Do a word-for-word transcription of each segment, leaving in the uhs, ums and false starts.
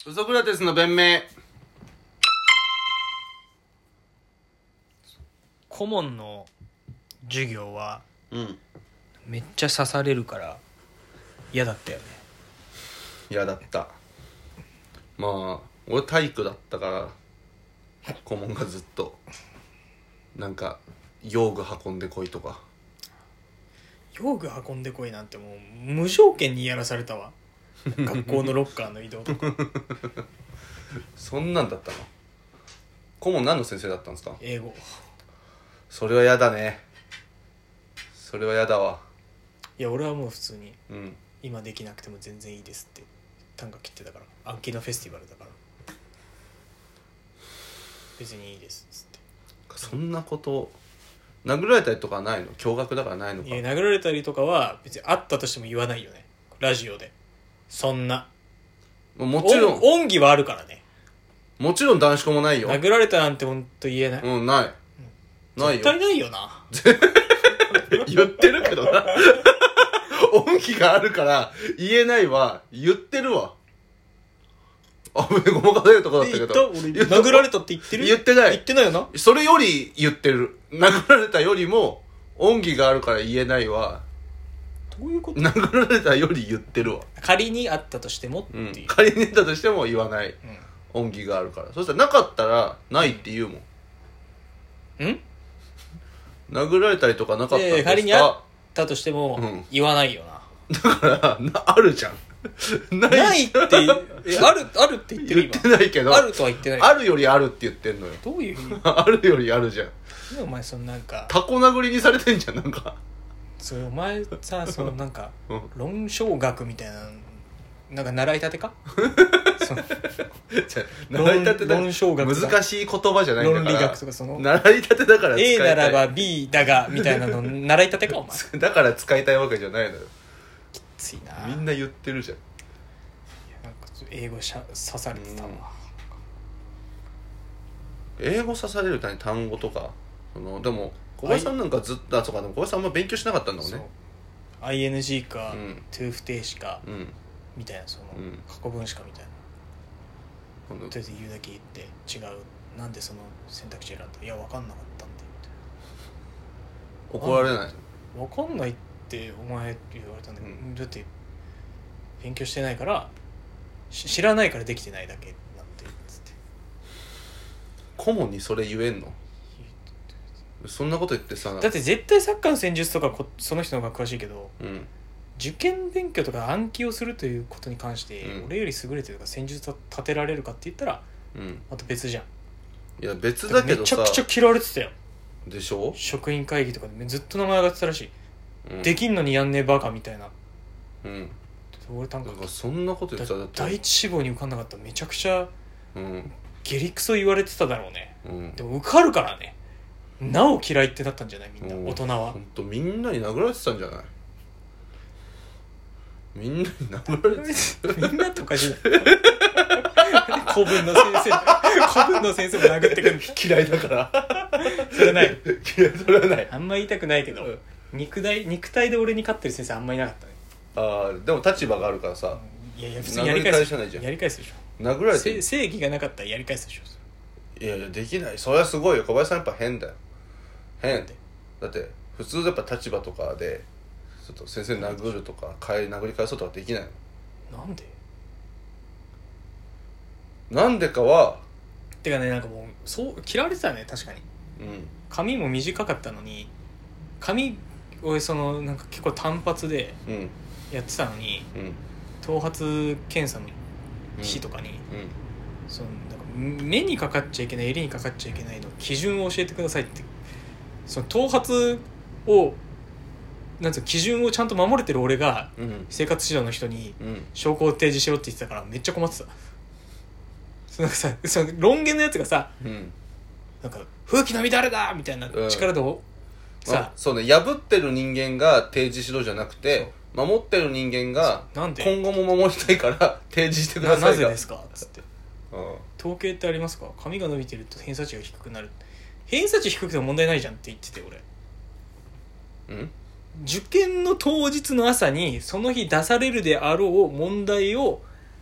ソクラテスの弁明。 顧問の授業はうんめっちゃ刺されるから嫌だったよね。 嫌だった。まあ俺体育だったから顧問がずっとなんか用具運んでこいとか用具運んでこいなんてもう無条件にやらされたわ学校のロッカーの移動とかそんなんだったの。顧問何の先生だったんですか？ 英語。 それは嫌だね。それは嫌だわ。 いや俺はもう普通にうん今できなくても全然いいですって短歌切ってたから、暗記のフェスティバルだから別にいいですっつって。 そんなこと殴られたりとかはないの？驚愕だからないのか。 いや殴られたりとかは別にあったとしても言わないよねラジオで。そんなもちろん恩義はあるからね。 もちろん男子校もないよ。 殴られたなんてほんと言えない。 うんない、うん、ないよ。 絶対ないよな言ってるけどな恩義があるから言えないは言ってるわ。あべごまかせるとこだったけど俺殴られたって言ってる？ 言ってない。 言ってないよな。 それより言ってる。殴られたよりも恩義があるから言えないはどういうこと？ 殴られたより言ってるわ。 仮にあったとしてもってうんいう、 仮に言ったとしても言わない、 う恩義があるから。そしたらなかったらないって言うもん。 んん殴られたりとかなかったんですか？ えー仮にあったとしてもうん言わないよな、 だからなあるじゃん。ないないってえあるあるって言ってる今。 言ってないけどあるとは言ってない。 あるよりあるって言ってんのよ。 どういう意味？ あるよりあるじゃん。 お前そのなんかタコ殴りにされてんじゃんなんか。 それお前さそのなんかうん論証学みたいななんか習いたてかそのじゃあ習いたてだ論証学とか難しい言葉じゃないんだから。 論理学とかその習いたてだから使い A たい。 ならば B だがみたいなの習いたてかお前。 だから使いたいわけじゃないのよ。 きついな。 みんな言ってるじゃん。 なんか英語しゃ刺されてたわ、 英語刺される単単語とかそのでも小林さんなんかずっとあそうかでも小林さんあんま勉強しなかったんだもんそうね。 アイエヌジー か、 うん to 不定詞か、 うんみたいなその、 うん過去分詞かみたいな今度とりあえず言うだけ言って違うなんでその選択肢選んだいや分かんなかったんで怒られない。 分かんないってお前って言われたんだけど、 うんだって勉強してないからし知らないからできてないだけなんてつって顧問にそれ言えんの？そんなこと言ってさ。 だって絶対サッカーの戦術とかこその人の方が詳しいけどうん受験勉強とか暗記をするということに関して、 うん俺より優れてるか戦術立てられるかって言ったらうんまた別じゃん。 いや別だけどさ。 めちゃくちゃ嫌われてたよでしょ、 職員会議とかでずっと名前上がってたらしい、 うん、 できんのにやんねえバカみたいな。 うん俺なんかだからそんなこと言ってたらだって第一志望に受かんなかったらめちゃくちゃうん下痢クソ言われてただろうね。 うんでも受かるからねなお嫌いってなったんじゃないみんな、 うん大人は。 ほんとみんなに殴られてたんじゃない？みんなに殴られてたみんなとかじゃない古文の先生古文の先生も殴ってくる嫌いだからそれない嫌いそれはない。 あんま言いたくないけど、 うん肉体肉体で俺に勝ってる先生あんまいなかったね。 ああでも立場があるからさいやいや普通にやり返す殴り返せないじゃんやり返すでしょ。 殴られてせ正義がなかったらやり返すでしょ。 いやいやできない。それはすごいよ。小林さんやっぱ変だよ。変なんでだって普通やっぱ立場とかでちょっと先生殴るとか帰り殴り返そうとかできないの。 なんでなんでかはてかねなんかもうそう嫌われてたね確かに。 うん髪も短かったのに髪をそのなんか結構単発でうんやってたのにうん頭髪検査の日とかに、 うんそのなんか目にかかっちゃいけない襟にかかっちゃいけないの基準を教えてくださいってその頭髪をなんつうの基準をちゃんと守れてる俺がうん生活指導の人にうん証拠を提示しろって言ってたからめっちゃ困ってた。そのなんかさその論言のやつがさうんなんか風紀の乱れだみたいな力で、うん、 ささそうね破ってる人間が提示しろじゃなくて守ってる人間がなんで今後も守りたいから提示してくださいがな, なぜですかっつってうん統計ってありますか？髪が伸びてると偏差値が低くなる。偏差値低くても問題ないじゃんって言ってて俺うん受験の当日の朝にその日出されるであろう問題を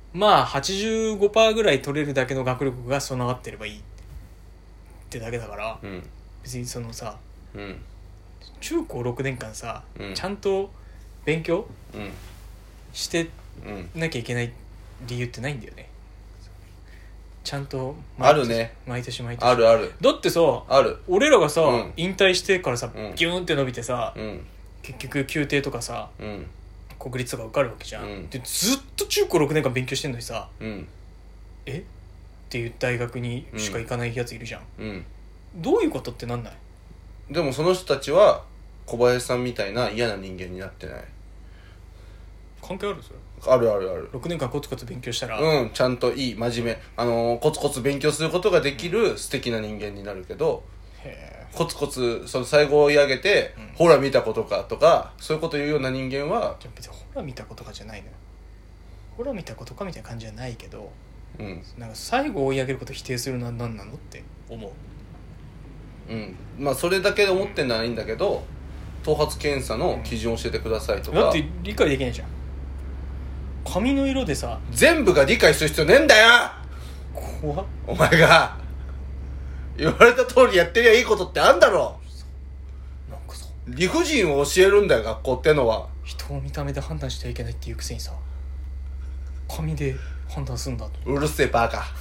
まあ はちじゅうごパーセント ぐらい取れるだけの学力が備わってればいいってだけだから、 うん、 別にそのさ、 うん、 中高ろくねんかんさ、 うん、 ちゃんと勉強、 うん、 してなきゃいけない理由ってないんだよね。ちゃんとあるね、 毎年毎年あるある。 だってさ、 ある。 俺らがさ、 うん、 引退してからさ、 うん、 ギューンって伸びてさ、 うん、 結局宮廷とかさ、 うん、 国立とか受かるわけじゃん、 うん、 でずっと中高ろくねんかん勉強してんのにさ、 うん、 えっていう大学にしか行かないやついるじゃん、 うん、 どういうことってなんない？ でもその人たちは小林さんみたいな嫌な人間になってない。 関係あるそれ？ あるあるある。 ろくねんかんコツコツ勉強したら、 うん、ちゃんといい真面目、あのー、コツコツ勉強することができる素敵な人間になるけど、 へコツコツその最後を追い上げて、うん、ほら見たことかとかそういうこと言うような人間は、 じゃ別にほら見たことかじゃないのよ。ほら見たことかみたいな感じじゃないけど、うん、なんか最後追い上げることを否定するのは何なのって思う。 うん、まあそれだけで思ってんならいいんだけど、頭髪検査の基準を教えてくださいとか、 だって理解できないじゃん。髪の色でさ、 全部が理解する必要ねえんだよ。 怖っ。 お前が言われた通りやってりゃいいことってあんだろ。 なんかさ、 理不尽を教えるんだよ学校ってのは。 人を見た目で判断してはいけないっていうくせにさ、髪で判断すんだと。 うるせえバカ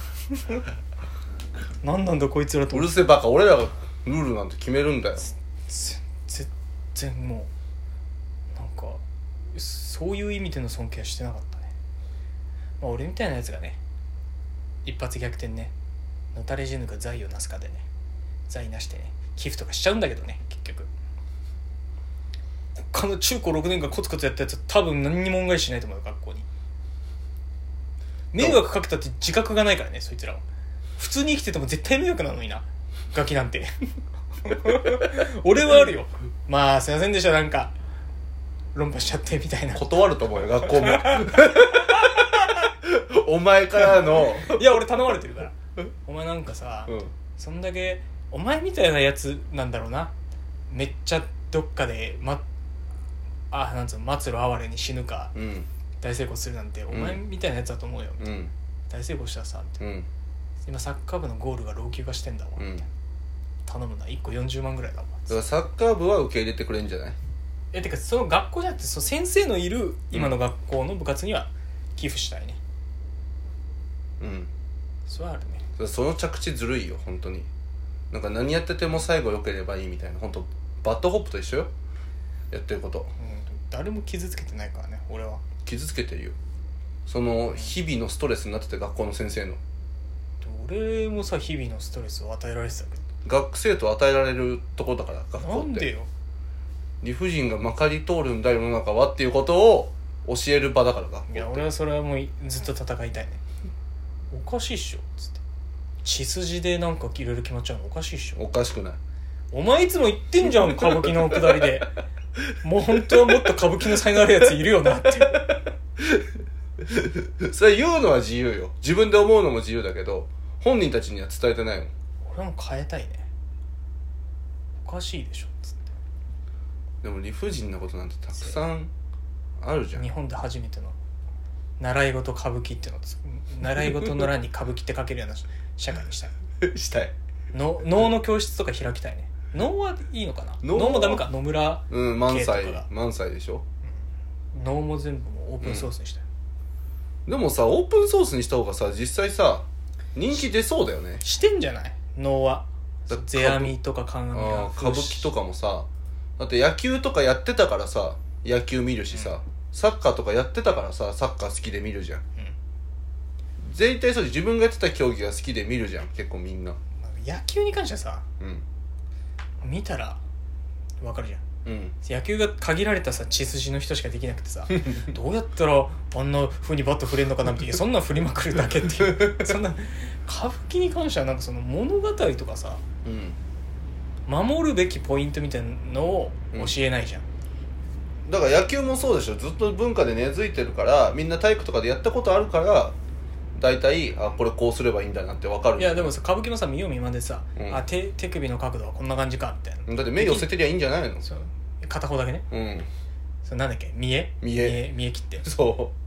何なんだこいつらと。 うるせえバカ、俺らがルールなんて決めるんだよ。 全然もうなんかそういう意味での尊敬はしてなかったね。まあ俺みたいなやつがね、一発逆転ね、のたれ死ぬか財をなすかでね、財なしてね寄付とかしちゃうんだけどね、結局他の中高ろくねんかんコツコツやったやつは多分何にも恩返ししないと思うよ。学校に迷惑かけたって自覚がないからね、そいつらは。普通に生きてても絶対迷惑なのにな、ガキなんて俺はあるよ。まあすいませんでした、なんか論破しちゃってみたいな。 断ると思うよ学校もお前からのいや俺頼まれてるからお前なんかさ、うん、そんだけお前みたいなやつなんだろうな、めっちゃどっかで、ま、あなんつうの末路哀れに死ぬか、うん、大成功するなんてお前みたいなやつだと思うよ、うん、大成功したらさ、うん、今サッカー部のゴールが老朽化してんだわ、うん、頼むな、いっこよんじゅうまんぐらいだわ。 だからサッカー部は受け入れてくれんじゃない？ えてかその学校じゃなくて、その先生のいる今の学校の部活には寄付したいね。うん、それはあるね。 その着地ずるいよ本当に。なんか何やってても最後良ければいいみたいな、本当バッドホップと一緒よやってること、うん、 誰も傷つけてないからね。俺は傷つけてるよ。その日々のストレスになってて、学校の先生の。 俺もさ日々のストレスを与えられてたけど、 学生と与えられるところだから学校って。 なんでよ。 理不尽がまかり通るんだ世の中はっていうことを教える場だから学校って。 いや俺はそれはもうずっと戦いたいね。おかしいっしょつって、血筋でなんかいろいろ決まっちゃうのおかしいっしょ。 おかしくない。 お前いつも言ってんじゃん歌舞伎のくだりでもう本当はもっと歌舞伎の才能あるやついるよなってそれ言うのは自由よ。自分で思うのも自由だけど本人たちには伝えてないもん。 俺も変えたいね。おかしいでしょつって。 でも理不尽なことなんてたくさんあるじゃん。 日本で初めての習い事歌舞伎っていうのを習い事の欄に歌舞伎って書けるような社会にしたいしたいの。能の教室とか開きたいね。能はいいのかな。能もダメか。野村系とかが、うん、 満載満載でしょ、 うん、能も全部もうオープンソースにしたい、 うん、でもさオープンソースにした方がさ実際さ人気出そうだよね。 してんじゃない能は。世阿弥とか観阿弥が歌舞伎とかもさ、だって野球とかやってたからさ野球見るしさ、うん、サッカーとかやってたからさサッカー好きで見るじゃん、うん、全体そうで自分がやってた競技が好きで見るじゃん結構みんな。 野球に関してはさ、 うん、 見たら分かるじゃん、 うん、 野球が限られたさ血筋の人しかできなくてさどうやったらあんな風にバット振れんのかなっていやそんなん振りまくるだけっていうそんな歌舞伎に関してはなんかその物語とかさ、うん、守るべきポイントみたいなのを教えないじゃん、 うん、だから野球もそうでしょ。ずっと文化で根付いてるからみんな体育とかでやったことあるから大体あこれこうすればいいんだなって分かる。 いやでもさ歌舞伎もさ見よう見までさ、うん、あ 手, 手首の角度はこんな感じかみたいな。 だって目寄せてりゃいいんじゃないの。 そう片方だけね。 うん。 それなんだっけ見え見え見え切ってそう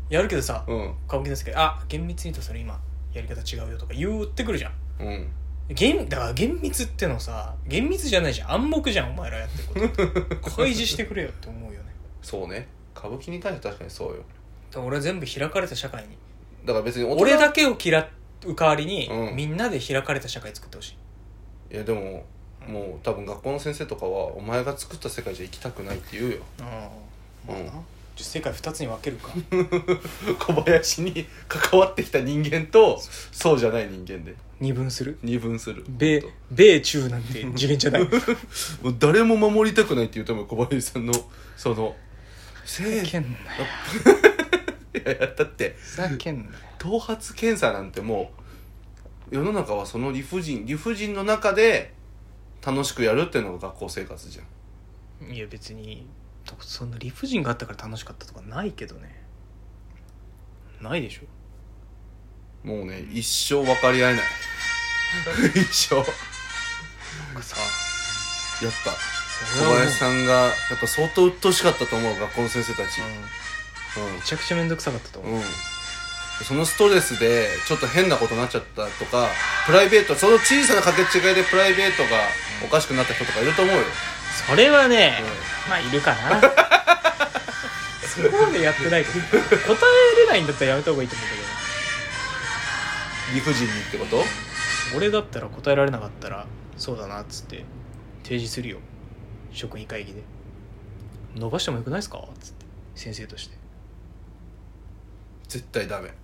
やるけどさ、 うん、 歌舞伎の世界あ厳密に言うとそれ今やり方違うよとか言ってくるじゃん。 うん、 厳だから厳密ってのさ厳密じゃないじゃん、暗黙じゃんお前らやってること開示してくれよって思うよね。 そうね、歌舞伎に関しては確かにそうよ。だから俺は全部開かれた社会に、 だから別に俺だけを嫌う代わりに、 うん、 みんなで開かれた社会作ってほしい。いやでも、うん、もう多分学校の先生とかはお前が作った世界じゃ行きたくないって言うよ。 うん、まあな、うん、世界ふたつに分けるか小林に関わってきた人間とそうじゃない人間で二分する二分する。 米米中なんて次元じゃないもう誰も守りたくないって言うと思う小林さんのそのふざけんなよいやいやだってふざけんなよ。 頭髪検査なんてもう世の中はその理不尽理不尽の中で楽しくやるっていうのが学校生活じゃん。 いや別にそんな理不尽があったから楽しかったとかないけどね。ないでしょ。 もうね一生分かり合えない一生なんかさやっぱ小林さんがやっぱ相当鬱陶しかったと思う学校の先生たち、 うんうん、めちゃくちゃめんどくさかったと思う、 うん、そのストレスでちょっと変なことになっちゃったとかプライベートその小さな掛け違いでプライベートがおかしくなった人とかいると思うよ。 それはね、うん、まあいるかなそこまでやってないけど答えれないんだったらやめた方がいいと思うんだけど。 理不尽にってこと？ 俺だったら答えられなかったらそうだなっつって提示するよ。職員会議で伸ばしてもよくないですかっつって先生として。 絶対ダメ。